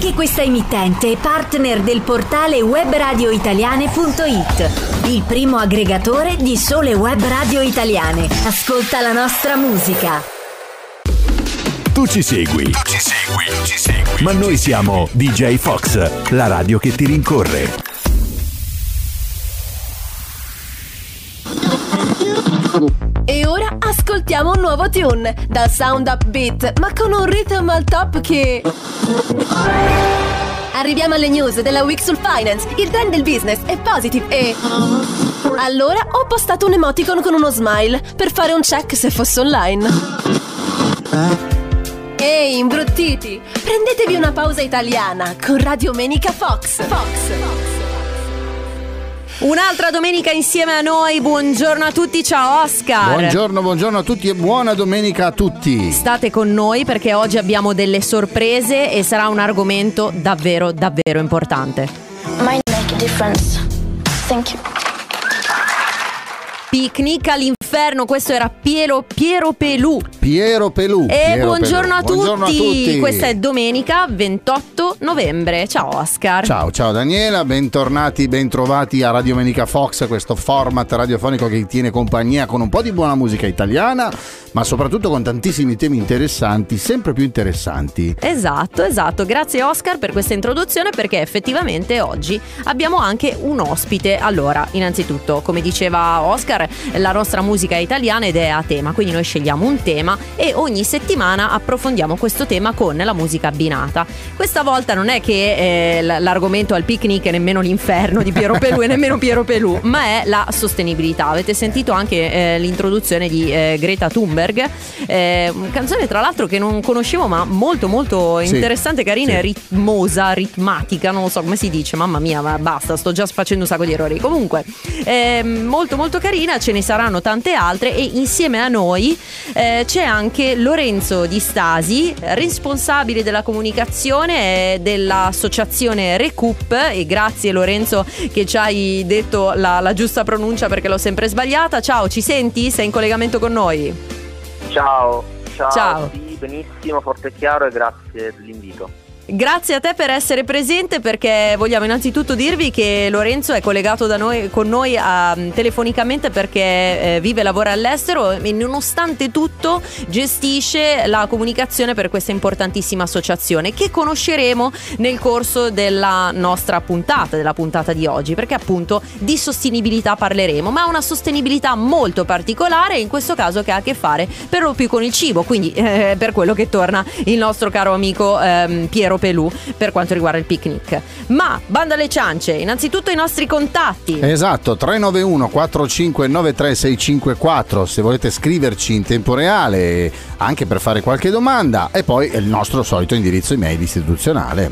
Anche questa emittente è partner del portale webradioitaliane.it, il primo aggregatore di sole web radio italiane. Ascolta la nostra musica. Tu ci segui. Ma noi siamo DJ Fox, la radio che ti rincorre. E ora ascoltiamo un nuovo tune dal sound upbeat, ma con un rhythm al top che... Arriviamo alle news della week sul finance. Il trend del business è positive e... Allora ho postato un emoticon con uno smile per fare un check se fosse online. Ehi, imbruttiti, prendetevi una pausa italiana con Radio Menica Fox. Un'altra domenica insieme a noi. Buongiorno a tutti, ciao Oscar. Buongiorno a tutti e buona domenica a tutti. State con noi perché oggi abbiamo delle sorprese e sarà un argomento davvero importante. Might make a difference. Thank you. Picnic all'inferno, questo era Piero Pelù. E buongiorno a tutti. Buongiorno a tutti. Questa è domenica 28 novembre. Ciao Oscar. Ciao Daniela, bentornati, bentrovati a Radio Menica Fox, questo format radiofonico che tiene compagnia con un po' di buona musica italiana, ma soprattutto con tantissimi temi interessanti, sempre più interessanti. Esatto. Grazie Oscar per questa introduzione, perché effettivamente oggi abbiamo anche un ospite. Allora, innanzitutto, come diceva Oscar, la nostra musica è italiana ed è a tema, quindi noi scegliamo un tema e ogni settimana approfondiamo questo tema con la musica abbinata. Questa volta non è che l'argomento al picnic è nemmeno l'inferno di Piero Pelù e nemmeno Piero Pelù, ma è la sostenibilità. Avete sentito anche l'introduzione di Greta Thunberg, canzone tra l'altro che non conoscevo, ma molto interessante, carina, ritmosa, ritmatica, non so come si dice, mamma mia, ma basta, sto già facendo un sacco di errori. Comunque molto carina, ce ne saranno tante altre, e insieme a noi c'è anche Lorenzo Di Stasi, responsabile della comunicazione dell'associazione Recoup. E grazie Lorenzo che ci hai detto la giusta pronuncia, perché l'ho sempre sbagliata. Ciao, ci senti? Sei in collegamento con noi? Ciao. Sì, benissimo, forte e chiaro, e grazie dell'invito. Grazie a te per essere presente, perché vogliamo innanzitutto dirvi che Lorenzo è collegato con noi telefonicamente perché vive e lavora all'estero, e nonostante tutto gestisce la comunicazione per questa importantissima associazione, che conosceremo nel corso della nostra puntata, della puntata di oggi, perché appunto di sostenibilità parleremo, ma una sostenibilità molto particolare, in questo caso che ha a che fare per lo più con il cibo, quindi per quello che torna il nostro caro amico Piero Pelù per quanto riguarda il picnic. Ma banda alle ciance, innanzitutto i nostri contatti. Esatto, 391 4593 654 se volete scriverci in tempo reale, anche per fare qualche domanda, e poi il nostro solito indirizzo email istituzionale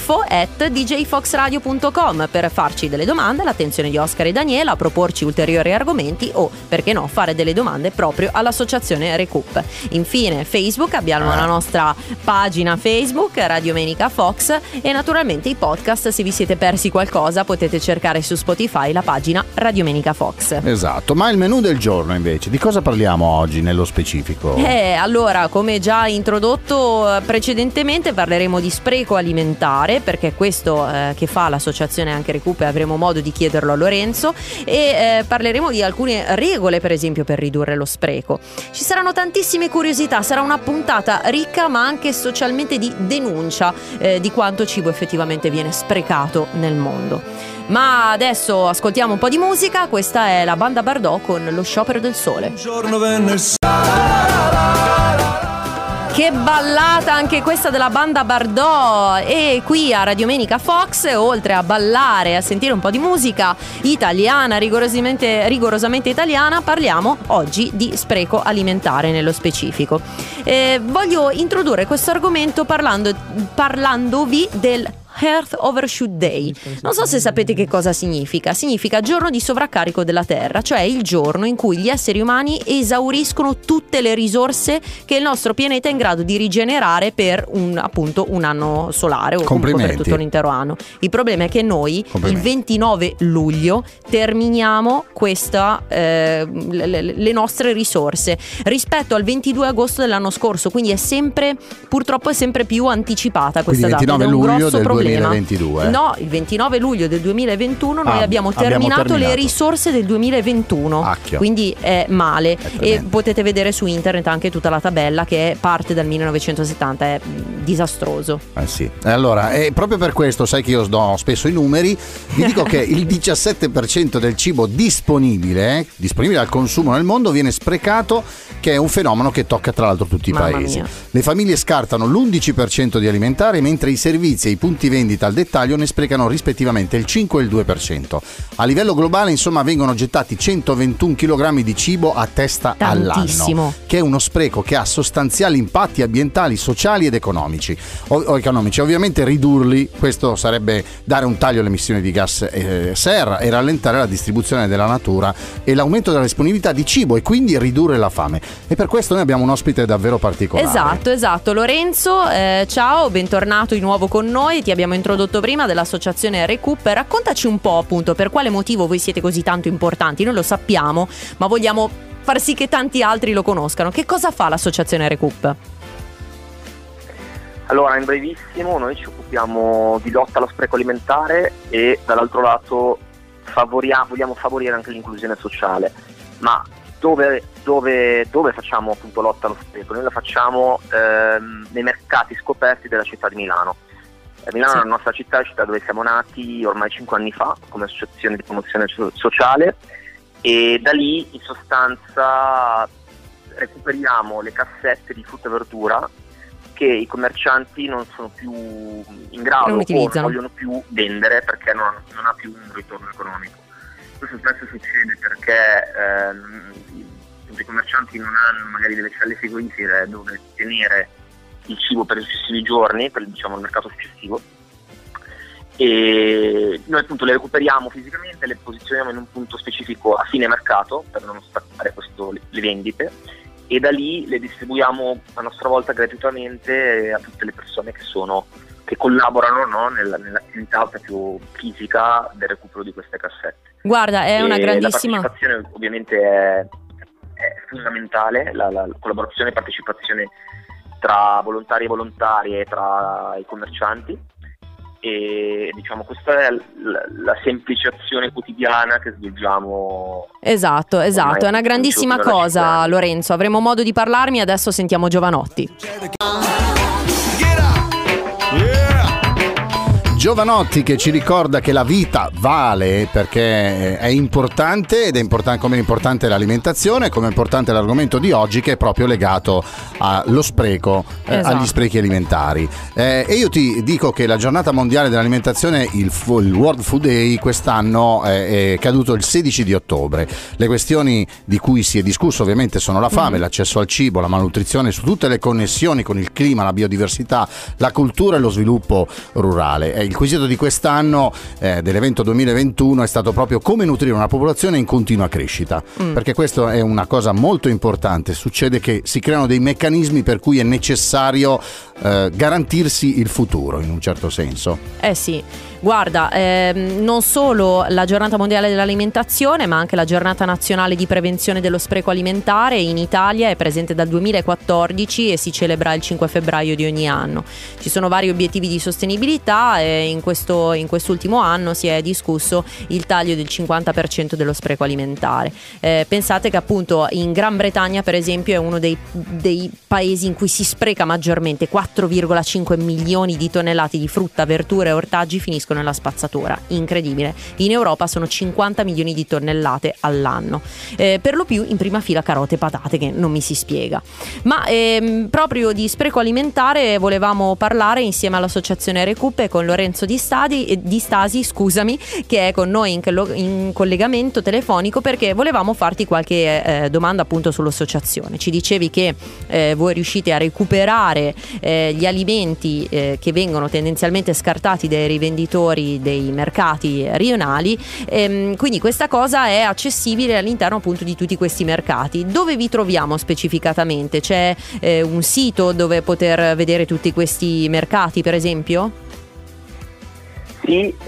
info@djfoxradio.com per farci delle domande all'attenzione di Oscar e Daniela, proporci ulteriori argomenti o, perché no, fare delle domande proprio all'associazione Recoup. Infine Facebook, abbiamo la nostra pagina Facebook Radio Menica Fox, e naturalmente i podcast. Se vi siete persi qualcosa potete cercare su Spotify la pagina Radio Menica Fox. Esatto, ma il menù del giorno invece, di cosa parliamo oggi nello specifico? Allora, come già introdotto precedentemente, parleremo di spreco alimentare, perché questo che fa l'associazione anche Recoup, e avremo modo di chiederlo a Lorenzo, e parleremo di alcune regole, per esempio, per ridurre lo spreco. Ci saranno tantissime curiosità, sarà una puntata ricca ma anche socialmente di denuncia di quanto cibo effettivamente viene sprecato nel mondo. Ma adesso ascoltiamo un po' di musica. Questa è la banda Bardot con Lo sciopero del sole. Un giorno venne. Che ballata anche questa della banda Bardot! E qui a Radio Menica Fox, oltre a ballare e a sentire un po' di musica italiana, rigorosamente italiana, parliamo oggi di spreco alimentare nello specifico. Voglio introdurre questo argomento parlandovi del Earth Overshoot Day. Non so se sapete che cosa significa. Significa giorno di sovraccarico della Terra, cioè il giorno in cui gli esseri umani esauriscono tutte le risorse che il nostro pianeta è in grado di rigenerare per un anno solare o comunque per tutto l'intero anno. Il problema è che noi il 29 luglio terminiamo le nostre risorse rispetto al 22 agosto dell'anno scorso, quindi purtroppo è sempre più anticipata questa data. Il 29 luglio del problema. 2022. No, il 29 luglio del 2021 noi abbiamo terminato le risorse del 2021. Quindi è male. E potete vedere su internet anche tutta la tabella che parte dal 1970. È disastroso. Sì. Allora, proprio per questo, sai che io do spesso i numeri, vi dico che il 17% del cibo disponibile al consumo nel mondo viene sprecato, che è un fenomeno che tocca tra l'altro tutti i paesi. Le famiglie scartano l'11% di alimentare, mentre i servizi e i punti vendita al dettaglio ne sprecano rispettivamente il 5 e il 2%. A livello globale, insomma, vengono gettati 121 kg di cibo a testa all'anno, che è uno spreco che ha sostanziali impatti ambientali, sociali ed economici. Ovviamente ridurli, questo sarebbe dare un taglio alle emissioni di gas serra e rallentare la distribuzione della natura e l'aumento della disponibilità di cibo, e quindi ridurre la fame. E per questo noi abbiamo un ospite davvero particolare. Esatto. Lorenzo, ciao, bentornato di nuovo con noi. Ti abbiamo introdotto prima dell'associazione Recoup. Raccontaci un po', appunto, per quale motivo voi siete così tanto importanti. Noi lo sappiamo, ma vogliamo far sì che tanti altri lo conoscano. Che cosa fa l'associazione Recoup? Allora, in brevissimo, noi ci occupiamo di lotta allo spreco alimentare e dall'altro lato vogliamo favorire anche l'inclusione sociale. Ma dove facciamo appunto lotta allo spreco? Noi la facciamo nei mercati scoperti della città di Milano. Milano è la nostra città, la città dove siamo nati ormai 5 anni fa come associazione di promozione sociale, e da lì in sostanza recuperiamo le cassette di frutta e verdura che i commercianti non sono più in grado o non vogliono più vendere perché non ha più un ritorno economico. Questo spesso succede perché i commercianti non hanno magari delle celle frigorifere dove tenere il cibo per i successivi giorni, per il mercato successivo, e noi appunto le recuperiamo fisicamente, le posizioniamo in un punto specifico a fine mercato per non staccare le vendite, e da lì le distribuiamo a nostra volta gratuitamente a tutte le persone che collaborano nell'attività proprio fisica del recupero di queste cassette. Guarda, è una grandissima... La partecipazione ovviamente è fondamentale, la collaborazione e partecipazione tra volontari e volontarie, tra i commercianti, e questa è la semplice azione quotidiana che svolgiamo. Esatto, è una grandissima cosa, Lorenzo. Avremo modo di parlarmi, adesso sentiamo Giovanotti. Giovanotti, che ci ricorda che la vita vale perché è importante, ed è importante come è importante l'alimentazione, come è importante l'argomento di oggi, che è proprio legato allo spreco, agli sprechi alimentari. E io ti dico che la giornata mondiale dell'alimentazione, il World Food Day, quest'anno è caduto il 16 di ottobre. Le questioni di cui si è discusso ovviamente sono la fame, l'accesso al cibo, la malnutrizione, su tutte le connessioni con il clima, la biodiversità, la cultura e lo sviluppo rurale. Il quesito di quest'anno dell'evento 2021 è stato proprio come nutrire una popolazione in continua crescita, perché questo è una cosa molto importante. Succede che si creano dei meccanismi per cui è necessario garantirsi il futuro, in un certo senso. Sì. Guarda, non solo la giornata mondiale dell'alimentazione, ma anche la giornata nazionale di prevenzione dello spreco alimentare in Italia è presente dal 2014 e si celebra il 5 febbraio di ogni anno. Ci sono vari obiettivi di sostenibilità e in quest'ultimo anno si è discusso il taglio del 50% dello spreco alimentare. Pensate che appunto in Gran Bretagna, per esempio, è uno dei paesi in cui si spreca maggiormente. 4,5 milioni di tonnellate di frutta, verdure e ortaggi finiscono finiscono nella spazzatura. Incredibile. In Europa sono 50 milioni di tonnellate all'anno, per lo più in prima fila carote e patate, che non mi si spiega. Ma proprio di spreco alimentare volevamo parlare insieme all'associazione Recup e con Lorenzo Di Stasi, scusami, che è con noi in collegamento telefonico, perché volevamo farti qualche domanda appunto sull'associazione. Ci dicevi che voi riuscite a recuperare gli alimenti che vengono tendenzialmente scartati dai rivenditori dei mercati rionali, quindi questa cosa è accessibile all'interno appunto di tutti questi mercati. Dove vi troviamo specificatamente? C'è un sito dove poter vedere tutti questi mercati, per esempio? Sì,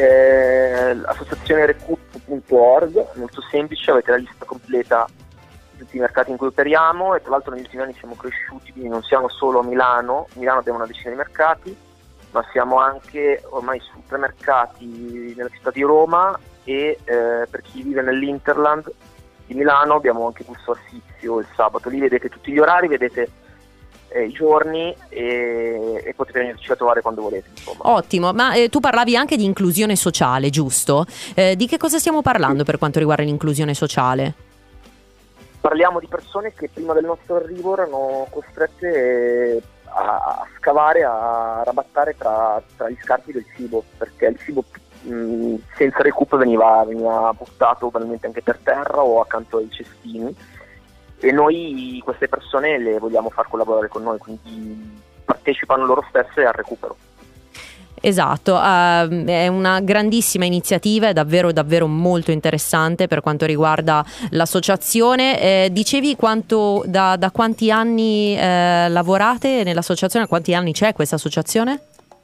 associazionerecup.org, molto semplice, avete la lista completa di tutti i mercati in cui operiamo, e tra l'altro negli ultimi anni siamo cresciuti, quindi non siamo solo a Milano abbiamo una decina di mercati, ma siamo anche ormai su 3 mercati nella città di Roma, e per chi vive nell'Interland di Milano abbiamo anche Busto Arsizio il sabato. Lì vedete tutti gli orari, vedete i giorni, e potete venirci a trovare quando volete, insomma. Ottimo, ma tu parlavi anche di inclusione sociale, giusto? Di che cosa stiamo parlando per quanto riguarda l'inclusione sociale? Parliamo di persone che prima del nostro arrivo erano costrette a scavare, a rabattare tra gli scarti del cibo, perché il cibo senza recup veniva buttato probabilmente anche per terra o accanto ai cestini, e noi queste persone le vogliamo far collaborare con noi, quindi partecipano loro stesse al recupero. Esatto, è una grandissima iniziativa, è davvero davvero molto interessante per quanto riguarda l'associazione. Dicevi da quanti anni lavorate nell'associazione? Quanti anni c'è questa associazione?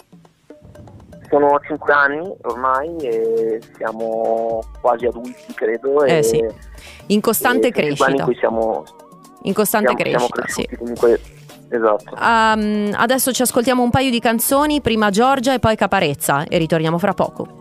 Sono 5 anni ormai e siamo quasi adulti, credo. Sì. In costante crescita. Anni in cui siamo crescita, sì. Comunque, esatto. Adesso ci ascoltiamo un paio di canzoni, prima Giorgia e poi Caparezza, e ritorniamo fra poco.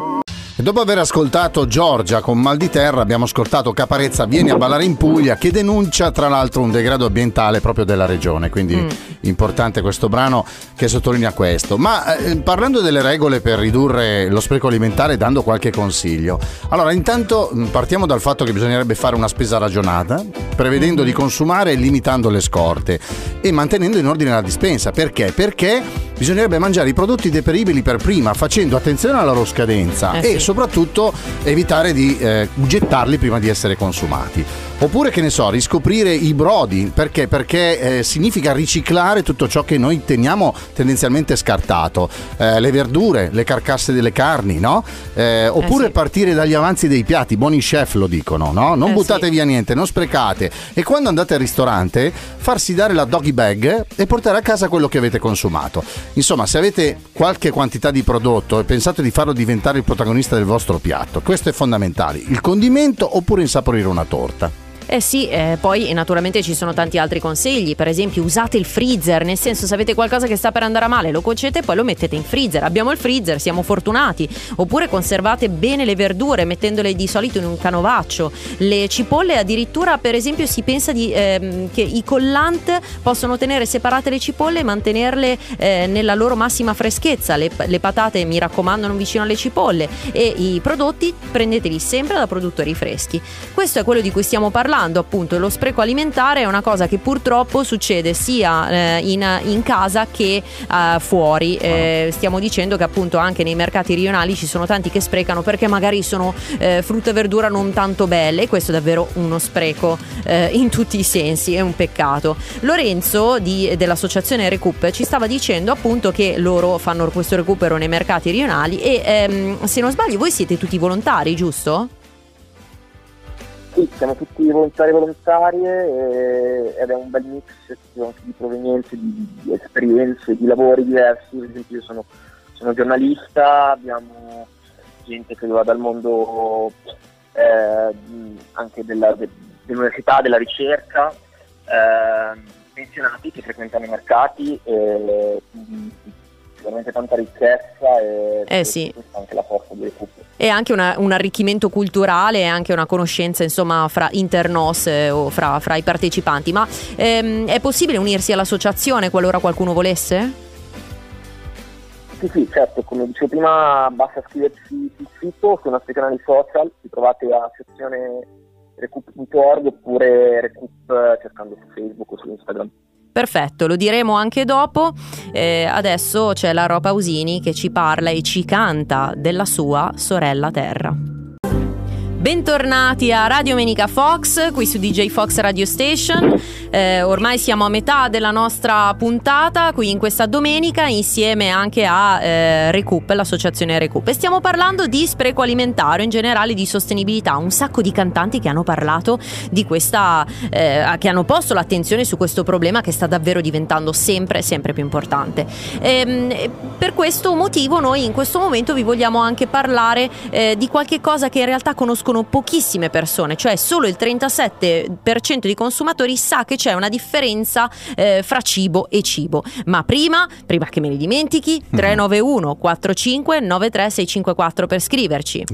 E dopo aver ascoltato Giorgia con Mal di Terra, abbiamo ascoltato Caparezza Vieni a ballare in Puglia, che denuncia tra l'altro un degrado ambientale proprio della regione, quindi importante questo brano che sottolinea questo. Ma parlando delle regole per ridurre lo spreco alimentare, dando qualche consiglio, allora intanto partiamo dal fatto che bisognerebbe fare una spesa ragionata, prevedendo di consumare e limitando le scorte e mantenendo in ordine la dispensa. Perché? Perché bisognerebbe mangiare i prodotti deperibili per prima, facendo attenzione alla loro scadenza e soprattutto evitare di gettarli prima di essere consumati. Oppure, che ne so, riscoprire i brodi. Perché? Perché significa riciclare tutto ciò che noi teniamo tendenzialmente scartato, le verdure, le carcasse delle carni, no? Oppure partire dagli avanzi dei piatti, buoni chef lo dicono, no? Non buttate via niente, non sprecate, e quando andate al ristorante farsi dare la doggy bag e portare a casa quello che avete consumato. Insomma, se avete qualche quantità di prodotto e pensate di farlo diventare il protagonista del vostro piatto, questo è fondamentale: il condimento oppure insaporire una torta. Poi naturalmente ci sono tanti altri consigli. Per esempio, usate il freezer, nel senso, se avete qualcosa che sta per andare a male lo cuocete e poi lo mettete in freezer. Abbiamo il freezer, siamo fortunati. Oppure conservate bene le verdure mettendole di solito in un canovaccio. Le cipolle addirittura, per esempio, si pensa che i collant possono tenere separate le cipolle e mantenerle nella loro massima freschezza. Le patate, mi raccomando, non vicino alle cipolle, e i prodotti prendeteli sempre da produttori freschi. Questo è quello di cui stiamo parlando, appunto. Lo spreco alimentare è una cosa che purtroppo succede sia in casa che fuori. Stiamo dicendo che appunto anche nei mercati rionali ci sono tanti che sprecano perché magari sono frutta e verdura non tanto belle, e questo è davvero uno spreco in tutti i sensi, è un peccato. Lorenzo dell'associazione Recup ci stava dicendo appunto che loro fanno questo recupero nei mercati rionali e se non sbaglio voi siete tutti volontari, giusto? Sì, siamo tutti volontarie ed è un bel mix anche di provenienze, di esperienze, di lavori diversi. Per esempio io sono giornalista, abbiamo gente che va dal mondo anche dell'università, della ricerca, pensionati che frequentano i mercati, sicuramente tanta ricchezza e sì. Anche la forza delle cuppe. E anche un arricchimento culturale e anche una conoscenza, insomma, fra internos o fra i partecipanti. Ma è possibile unirsi all'associazione qualora qualcuno volesse? Sì, certo, come dicevo prima, basta scriverci sul sito, sui nostri canali social, ci trovate a sezione recoup.org oppure recoup cercando su Facebook o su Instagram. Perfetto, lo diremo anche dopo. Adesso c'è Lara Pausini che ci parla e ci canta della sua sorella Terra. Bentornati a Radio Menica Fox, qui su DJ Fox Radio Station. Ormai siamo a metà della nostra puntata, qui in questa domenica, insieme anche a Recoup, l'associazione Recoup. E stiamo parlando di spreco alimentare, in generale di sostenibilità. Un sacco di cantanti che hanno parlato di questa, che hanno posto l'attenzione su questo problema che sta davvero diventando sempre più importante. Per questo motivo noi in questo momento vi vogliamo anche parlare di qualche cosa che in realtà conoscono pochissime persone, cioè solo il 37% di consumatori sa che c'è una differenza fra cibo e cibo. Ma prima che me ne dimentichi, 391 45 93 654 per scriverci.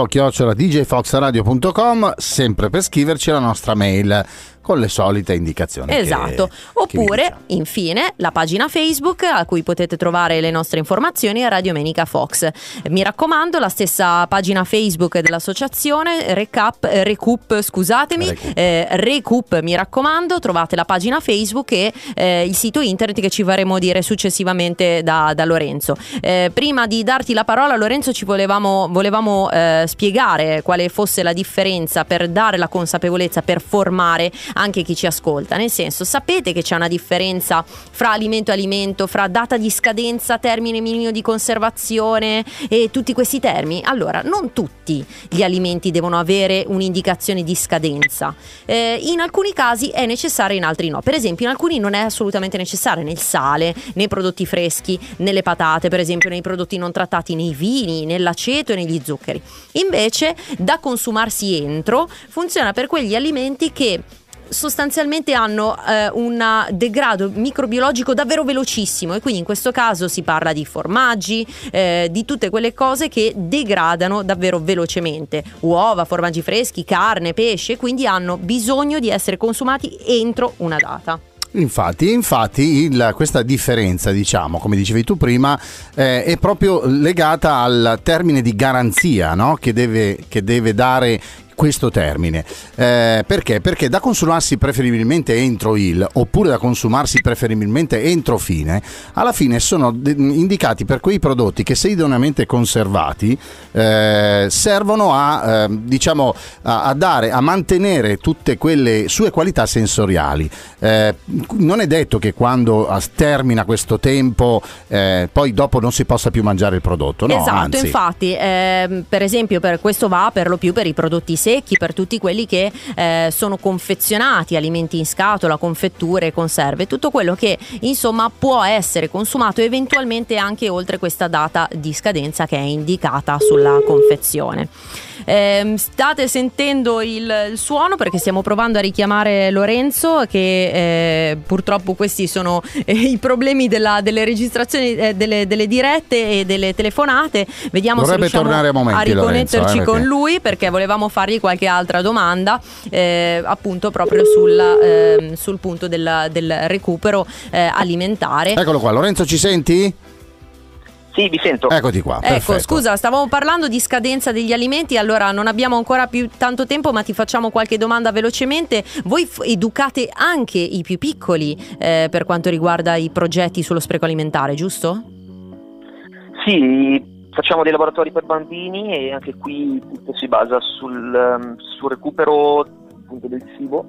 info@djfoxradio.com, sempre per scriverci la nostra mail con le solite indicazioni. Esatto. Oppure, infine, la pagina Facebook a cui potete trovare le nostre informazioni è Radio Menica Fox. Mi raccomando, la stessa pagina Facebook dell'associazione Recoup, Recoup, mi raccomando, trovate la pagina Facebook e il sito internet che ci faremo dire successivamente da Lorenzo. Prima di darti la parola, Lorenzo, ci volevamo spiegare quale fosse la differenza per dare la consapevolezza, per formare anche chi ci ascolta, nel senso, sapete che c'è una differenza fra alimento e alimento, fra data di scadenza, termine minimo di conservazione e tutti questi termini? Allora, non tutti gli alimenti devono avere un'indicazione di scadenza, in alcuni casi è necessaria, in altri no. Per esempio, in alcuni non è assolutamente necessaria, nel sale, nei prodotti freschi, nelle patate, per esempio nei prodotti non trattati, nei vini, nell'aceto e negli zuccheri. Invece, da consumarsi entro, funziona per quegli alimenti che sostanzialmente hanno un degrado microbiologico davvero velocissimo, e quindi in questo caso si parla di formaggi, di tutte quelle cose che degradano davvero velocemente, uova, formaggi freschi, carne, pesce, quindi hanno bisogno di essere consumati entro una data. Infatti questa differenza, diciamo, come dicevi tu prima, è proprio legata al termine di garanzia, no? che deve dare questo termine. Perché? Perché da consumarsi preferibilmente entro il, oppure da consumarsi preferibilmente entro fine, alla fine sono indicati per quei prodotti che, se idoneamente conservati, servono a mantenere tutte quelle sue qualità sensoriali. Non è detto che quando termina questo tempo poi dopo non si possa più mangiare il prodotto, no? Esatto, anzi. infatti per esempio per questo va per lo più per i prodotti secchi, per tutti quelli che sono confezionati, alimenti in scatola, confetture, conserve, tutto quello che insomma può essere consumato eventualmente anche oltre questa data di scadenza che è indicata sulla confezione. State sentendo il suono perché stiamo provando a richiamare Lorenzo, che purtroppo questi sono i problemi delle registrazioni delle dirette e delle telefonate. Vediamo se riusciamo a riconnetterci con lui, perché volevamo fargli qualche altra domanda appunto proprio sul punto del recupero alimentare. Eccolo qua, Lorenzo, ci senti? Sì, vi sento. Eccoti qua. Ecco, perfetto. Scusa, stavamo parlando di scadenza degli alimenti, allora non abbiamo ancora più tanto tempo, ma ti facciamo qualche domanda velocemente. Voi educate anche i più piccoli per quanto riguarda i progetti sullo spreco alimentare, giusto? Sì, facciamo dei laboratori per bambini e anche qui tutto si basa sul recupero appunto del cibo.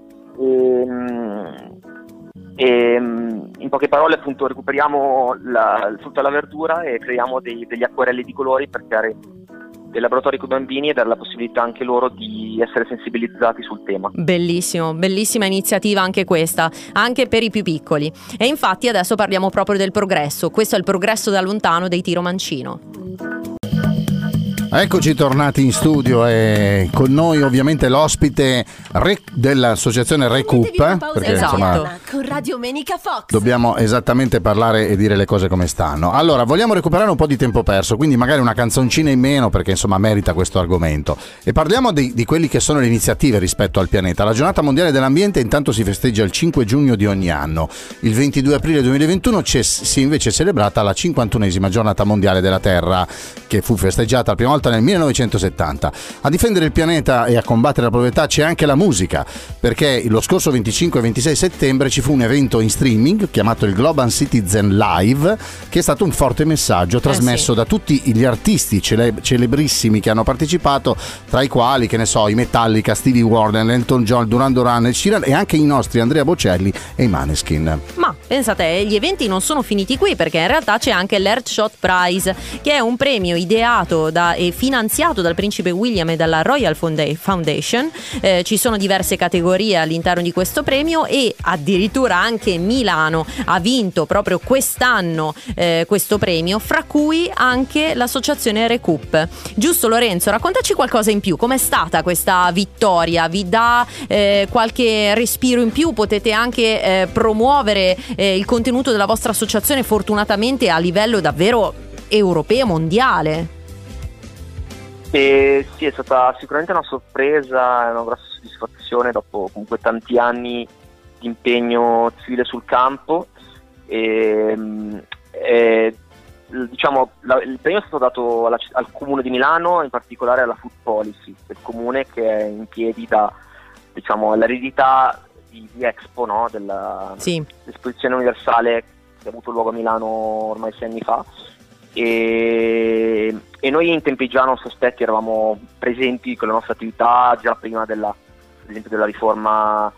E in poche parole appunto recuperiamo il frutto e la verdura e creiamo degli acquarelli di colori per creare dei laboratori con i bambini e dare la possibilità anche loro di essere sensibilizzati sul tema. Bellissimo, bellissima iniziativa anche questa, anche per i più piccoli. E infatti adesso parliamo proprio del progresso. Questo è il progresso da lontano dei Tiro Mancino. Eccoci tornati in studio e con noi ovviamente l'ospite dell'associazione Recoup, perché insomma con Radio Menica Fox dobbiamo esattamente parlare e dire le cose come stanno. Allora, vogliamo recuperare un po' di tempo perso, quindi magari una canzoncina in meno, perché insomma merita questo argomento, e parliamo di quelli che sono le iniziative rispetto al pianeta. La giornata mondiale dell'ambiente intanto si festeggia il 5 giugno di ogni anno. Il 22 aprile 2021 si è invece celebrata la 51esima giornata mondiale della Terra, che fu festeggiata la prima volta nel 1970. A difendere il pianeta e a combattere la povertà c'è anche la musica, perché lo scorso 25 e 26 settembre ci fu un evento in streaming chiamato il Global Citizen Live, che è stato un forte messaggio trasmesso da tutti gli artisti celebrissimi che hanno partecipato, tra i quali, che ne so, i Metallica, Stevie Wonder, Elton John, Duran Duran, Sheeran e anche i nostri Andrea Bocelli e i Maneskin. Ma pensate, gli eventi non sono finiti qui, perché in realtà c'è anche l'Earthshot Prize, che è un premio ideato e finanziato dal principe William e dalla Royal Foundation. Ci sono diverse categorie all'interno di questo premio e addirittura anche Milano ha vinto proprio quest'anno questo premio, fra cui anche l'associazione Recoup. Giusto Lorenzo, raccontaci qualcosa in più, com'è stata questa vittoria? Vi dà qualche respiro in più? Potete anche promuovere il contenuto della vostra associazione fortunatamente a livello davvero europeo, mondiale? Sì, è stata sicuramente una sorpresa, una grossa soddisfazione dopo comunque tanti anni di impegno civile sul campo. Diciamo, il premio è stato dato al Comune di Milano, in particolare alla Food Policy del Comune, che è in piedi da, diciamo, l'eredità di Expo, no? Dell'esposizione universale che ha avuto luogo a Milano ormai 6 anni fa. E noi in tempi già non sospetti eravamo presenti con la nostra attività già prima per esempio della riforma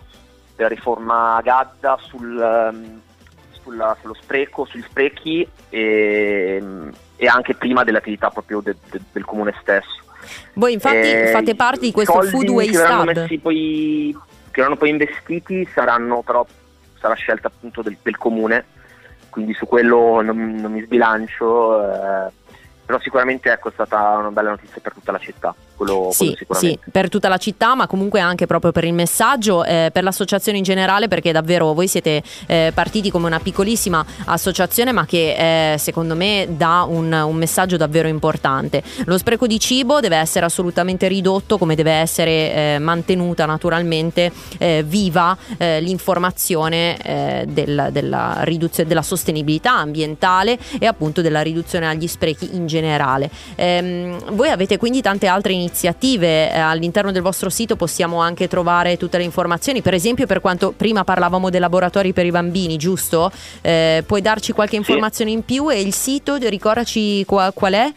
Gadda sullo spreco, sugli sprechi e anche prima dell'attività proprio del comune stesso. Voi infatti fate parte di questo Food Waste Hub che verranno poi investiti sarà scelta appunto del comune, quindi su quello non mi sbilancio, però sicuramente ecco, è stata una bella notizia per tutta la città. Quello sicuramente. Sì, per tutta la città, ma comunque anche proprio per il messaggio, per l'associazione in generale, perché davvero voi siete partiti come una piccolissima associazione, ma che secondo me dà un messaggio davvero importante. Lo spreco di cibo deve essere assolutamente ridotto, come deve essere mantenuta naturalmente viva l'informazione della riduzione della sostenibilità ambientale e appunto della riduzione agli sprechi in generale. Voi avete quindi tante altre iniziative all'interno del vostro sito, possiamo anche trovare tutte le informazioni, per esempio per quanto prima parlavamo dei laboratori per i bambini, giusto? Puoi darci qualche informazione in più? E il sito, ricordaci qual è?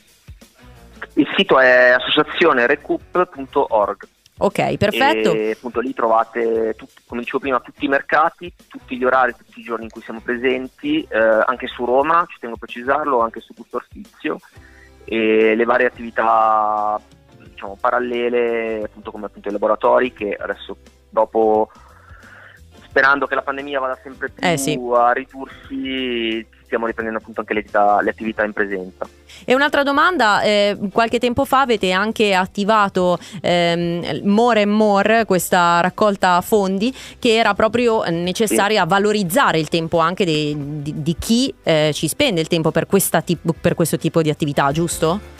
Il sito è associazionerecoup.org. Ok, perfetto. E appunto lì trovate, come dicevo prima, tutti i mercati, tutti gli orari, tutti i giorni in cui siamo presenti, anche su Roma, ci tengo a precisarlo, anche su Busto Orsizio, e le varie attività, diciamo, parallele, appunto come appunto i laboratori, che adesso, dopo, sperando che la pandemia vada sempre più a ridursi, stiamo riprendendo appunto anche le attività in presenza. E un'altra domanda, qualche tempo fa avete anche attivato More and More, questa raccolta fondi che era proprio necessaria a valorizzare il tempo anche di chi ci spende il tempo per questo tipo di attività, giusto?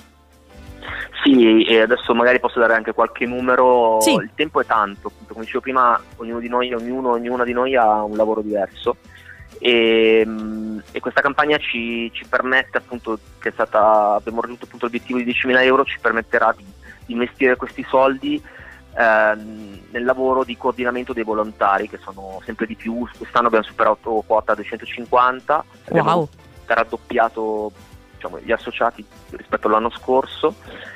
Sì, e adesso magari posso dare anche qualche numero. Sì. Il tempo è tanto, appunto, come dicevo prima, ognuna di noi ha un lavoro diverso e questa campagna ci permette, appunto, abbiamo raggiunto appunto l'obiettivo di 10.000 euro, ci permetterà di investire questi soldi nel lavoro di coordinamento dei volontari, che sono sempre di più. Quest'anno abbiamo superato quota 250, abbiamo raddoppiato, diciamo, gli associati rispetto all'anno scorso.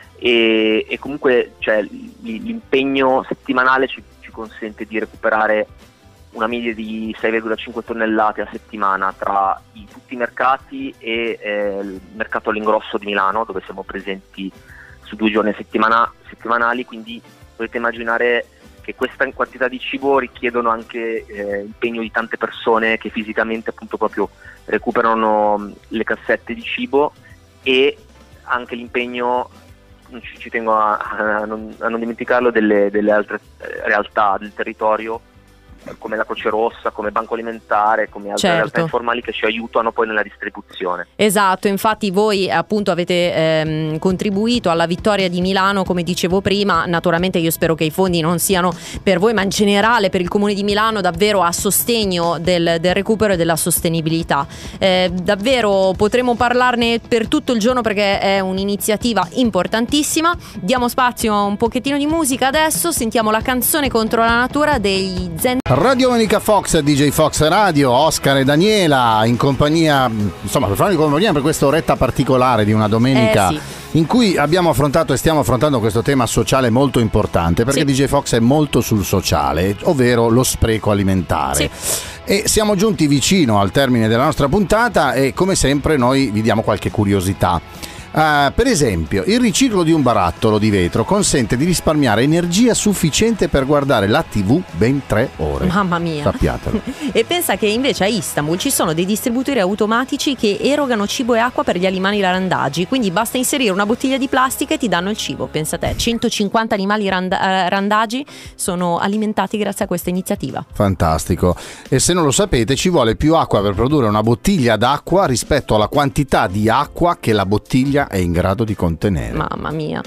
E comunque, cioè, l'impegno settimanale ci consente di recuperare una media di 6,5 tonnellate a settimana tra tutti i mercati e il mercato all'ingrosso di Milano, dove siamo presenti su 2 giorni settimanali, quindi potete immaginare che questa quantità di cibo richiedono anche impegno di tante persone che fisicamente, appunto, proprio recuperano le cassette di cibo, e anche l'impegno ci tengo a non dimenticarlo, delle altre realtà del territorio, come la Croce Rossa, come Banco Alimentare, come altre realtà informali che ci aiutano poi nella distribuzione. Esatto, infatti voi appunto avete contribuito alla vittoria di Milano, come dicevo prima. Naturalmente io spero che i fondi non siano per voi, ma in generale per il Comune di Milano, davvero a sostegno del recupero e della sostenibilità. Davvero potremo parlarne per tutto il giorno perché è un'iniziativa importantissima. Diamo spazio a un pochettino di musica adesso, sentiamo la canzone Contro la natura dei Zen. Radio Monica Fox, DJ Fox Radio, Oscar e Daniela in compagnia, insomma, per farvi compagnia per questa oretta particolare di una domenica in cui abbiamo affrontato e stiamo affrontando questo tema sociale molto importante, perché DJ Fox è molto sul sociale, ovvero lo spreco alimentare. E siamo giunti vicino al termine della nostra puntata e come sempre noi vi diamo qualche curiosità. Per esempio, il riciclo di un barattolo di vetro consente di risparmiare energia sufficiente per guardare la TV ben 3 ore. Mamma mia. Sappiatelo. E pensa che invece a Istanbul ci sono dei distributori automatici che erogano cibo e acqua per gli animali randagi, quindi basta inserire una bottiglia di plastica e ti danno il cibo. Pensa te, 150 animali randagi sono alimentati grazie a questa iniziativa. Fantastico. E se non lo sapete, ci vuole più acqua per produrre una bottiglia d'acqua rispetto alla quantità di acqua che la bottiglia è in grado di contenere. Mamma mia.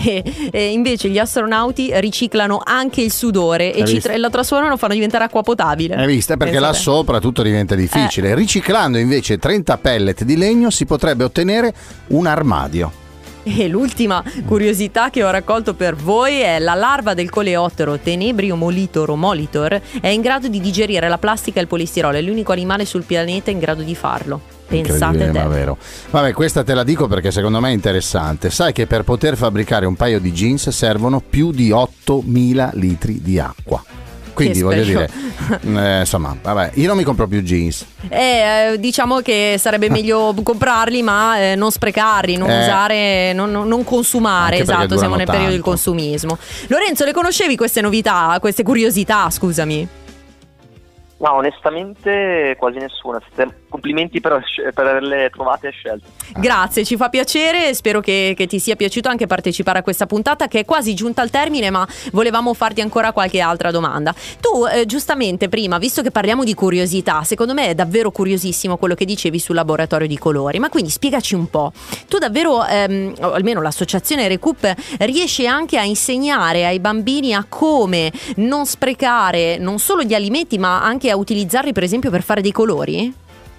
E invece gli astronauti riciclano anche il sudore e lo trasformano, fanno diventare acqua potabile. Hai visto? Perché là sopra tutto diventa difficile. Riciclando invece 30 pellet di legno si potrebbe ottenere un armadio. E l'ultima curiosità che ho raccolto per voi è la larva del coleottero Tenebrio molitor è in grado di digerire la plastica e il polistirolo, è l'unico animale sul pianeta in grado di farlo. Pensate te. Ma vero. Vabbè, questa te la dico perché secondo me è interessante. Sai che per poter fabbricare un paio di jeans servono più di 8.000 litri di acqua. Quindi voglio dire, insomma, vabbè, io non mi compro più jeans. Diciamo che sarebbe meglio comprarli, ma non sprecarli, non usare, non consumare. Esatto, siamo nel periodo del consumismo. Lorenzo, le conoscevi queste novità, queste curiosità, scusami? No, onestamente quasi nessuna. Complimenti per averle trovate e scelte. Grazie, ci fa piacere, spero che ti sia piaciuto anche partecipare a questa puntata che è quasi giunta al termine, ma volevamo farti ancora qualche altra domanda. Tu giustamente prima, visto che parliamo di curiosità, secondo me è davvero curiosissimo quello che dicevi sul laboratorio di colori, ma quindi spiegaci un po'. Tu davvero, o almeno l'associazione Recoup, riesce anche a insegnare ai bambini a come non sprecare non solo gli alimenti ma anche a utilizzarli per esempio per fare dei colori?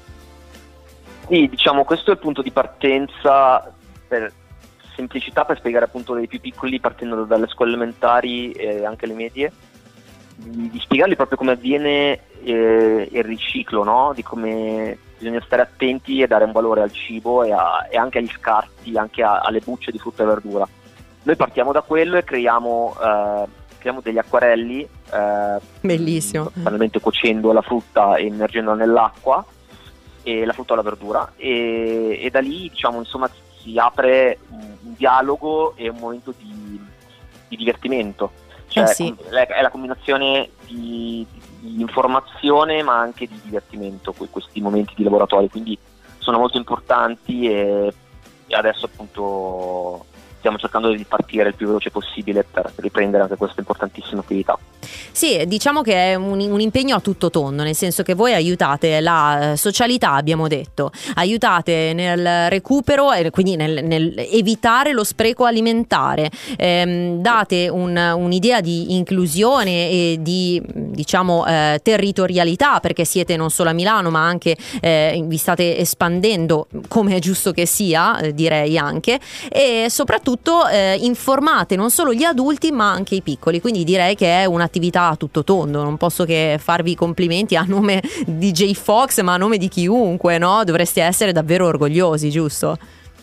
Sì, diciamo questo è il punto di partenza, per semplicità, per spiegare appunto dai più piccoli, partendo dalle scuole elementari e anche le medie, di spiegargli proprio come avviene il riciclo, no? Di come bisogna stare attenti e dare un valore al cibo e anche agli scarti, anche alle bucce di frutta e verdura. Noi partiamo da quello e creiamo degli acquarelli, bellissimo, banalmente cuocendo la frutta e immergendola nell'acqua, e la frutta o la verdura, e da lì diciamo insomma si apre un dialogo e un momento di divertimento, cioè è la combinazione di informazione ma anche di divertimento, questi momenti di laboratorio, quindi sono molto importanti e adesso appunto stiamo cercando di partire il più veloce possibile per riprendere anche questa importantissima attività. Sì, diciamo che è un impegno a tutto tondo, nel senso che voi aiutate la socialità, abbiamo detto, aiutate nel recupero e quindi nel evitare lo spreco alimentare, date un'idea di inclusione e di diciamo territorialità, perché siete non solo a Milano ma anche vi state espandendo come è giusto che sia, direi anche, e soprattutto informate non solo gli adulti ma anche i piccoli, quindi direi che è un'attività a tutto tondo. Non posso che farvi i complimenti a nome di DJ Fox, ma a nome di chiunque, no? Dovreste essere davvero orgogliosi, giusto?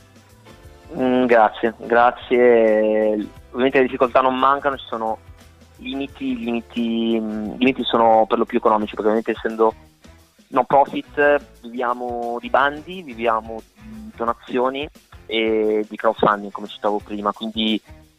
Grazie. Ovviamente le difficoltà non mancano, ci sono limiti sono per lo più economici, perché ovviamente essendo no profit viviamo di bandi, viviamo di donazioni e di crowdfunding, come citavo prima, quindi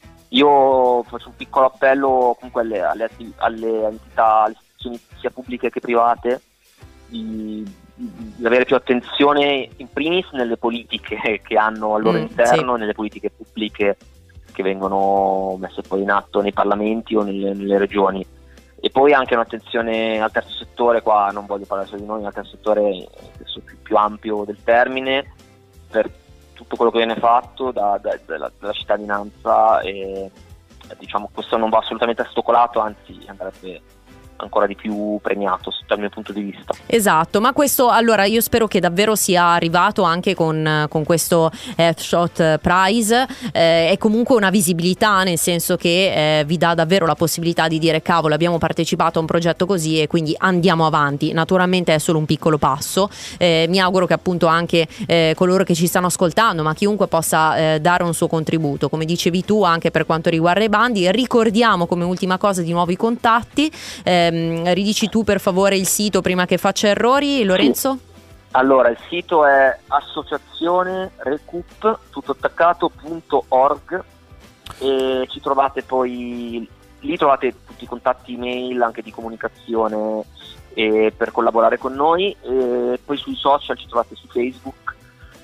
io faccio un piccolo appello comunque alle entità, alle istituzioni sia pubbliche che private di avere più attenzione in primis nelle politiche che hanno al loro interno, nelle politiche pubbliche che vengono messe poi in atto nei parlamenti o nelle regioni. E poi anche un'attenzione al terzo settore, qua non voglio parlare solo di noi, al terzo settore più ampio del termine, per tutto quello che viene fatto dalla cittadinanza, e diciamo questo non va assolutamente ostacolato, anzi andrebbe ancora di più premiato dal mio punto di vista. Esatto, ma questo allora io spero che davvero sia arrivato anche con questo Headshot Prize, è comunque una visibilità, nel senso che vi dà davvero la possibilità di dire cavolo, abbiamo partecipato a un progetto così e quindi andiamo avanti. Naturalmente è solo un piccolo passo, mi auguro che appunto anche coloro che ci stanno ascoltando, ma chiunque possa dare un suo contributo, come dicevi tu, anche per quanto riguarda i bandi. Ricordiamo come ultima cosa di nuovo i contatti. Ridici tu per favore il sito prima che faccia errori, Lorenzo? Sì. Allora, il sito è associazionerecup tuttotaccato.org e ci trovate poi, lì trovate tutti i contatti email anche di comunicazione per collaborare con noi, e poi sui social ci trovate su Facebook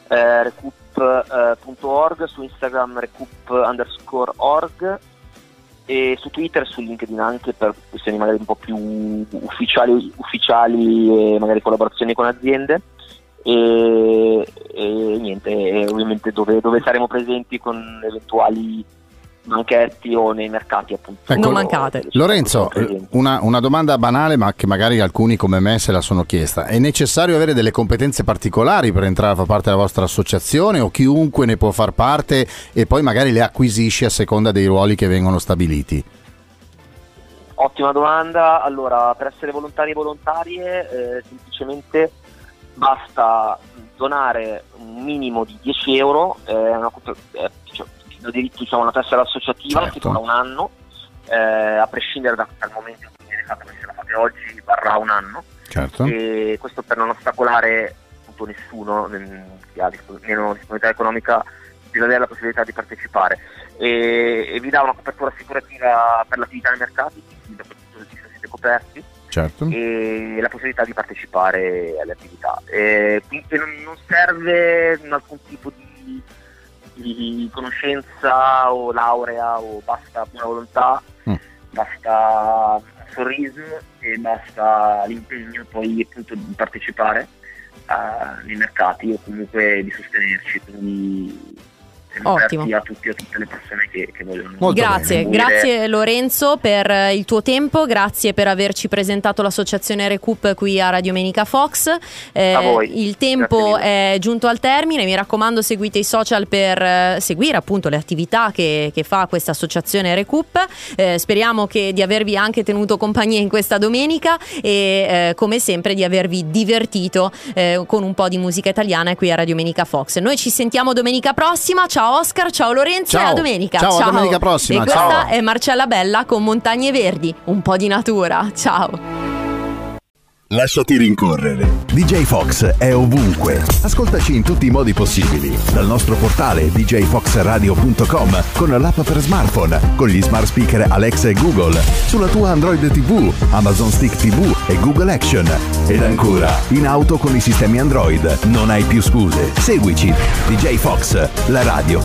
recup.org, su Instagram recup_org e su Twitter, su LinkedIn anche, per questioni magari un po' più ufficiali e magari collaborazioni con aziende, e niente, ovviamente dove saremo presenti con eventuali banchetti o nei mercati, appunto. Ecco, non mancate. Lorenzo, una domanda banale, ma che magari alcuni come me se la sono chiesta: è necessario avere delle competenze particolari per entrare a far parte della vostra associazione, o chiunque ne può far parte e poi magari le acquisisce a seconda dei ruoli che vengono stabiliti? Ottima domanda. Allora, per essere volontari e volontarie semplicemente basta donare un minimo di 10 euro, diritto, diciamo, una tessera associativa, certo, che dura un anno, a prescindere dal momento in cui viene fatta, se la fate oggi varrà un anno, certo, e questo per non ostacolare appunto nessuno che ha meno disponibilità economica di avere la possibilità di partecipare, e vi dà una copertura assicurativa per l'attività nei mercati, quindi dappertutto siete coperti, certo, e la possibilità di partecipare alle attività, quindi non serve alcun tipo di conoscenza o laurea, o basta buona volontà, basta un sorriso e basta l'impegno poi appunto di partecipare nei mercati o comunque di sostenerci, quindi siamo aperti a tutte le persone che vogliono. Grazie Lorenzo per il tuo tempo, grazie per averci presentato l'associazione Recup qui a Radio Menica Fox. A voi. Il tempo è giunto al termine, mi raccomando seguite i social per seguire appunto le attività che fa questa associazione Recup. Speriamo di avervi anche tenuto compagnia in questa domenica e come sempre di avervi divertito con un po' di musica italiana qui a Radio Menica Fox. Noi ci sentiamo domenica prossima. Ciao Oscar, ciao Lorenzo, ciao. E a domenica. Ciao, a domenica prossima. E questa ciao. è Marcella Bella con Montagne Verdi, un po' di natura. Ciao. Lasciati rincorrere. DJ Fox è ovunque. Ascoltaci in tutti i modi possibili. Dal nostro portale djfoxradio.com, con l'app per smartphone, con gli smart speaker Alexa e Google, sulla tua Android TV, Amazon Stick TV e Google Action. Ed ancora, in auto con i sistemi Android. Non hai più scuse. Seguici. DJ Fox, la radio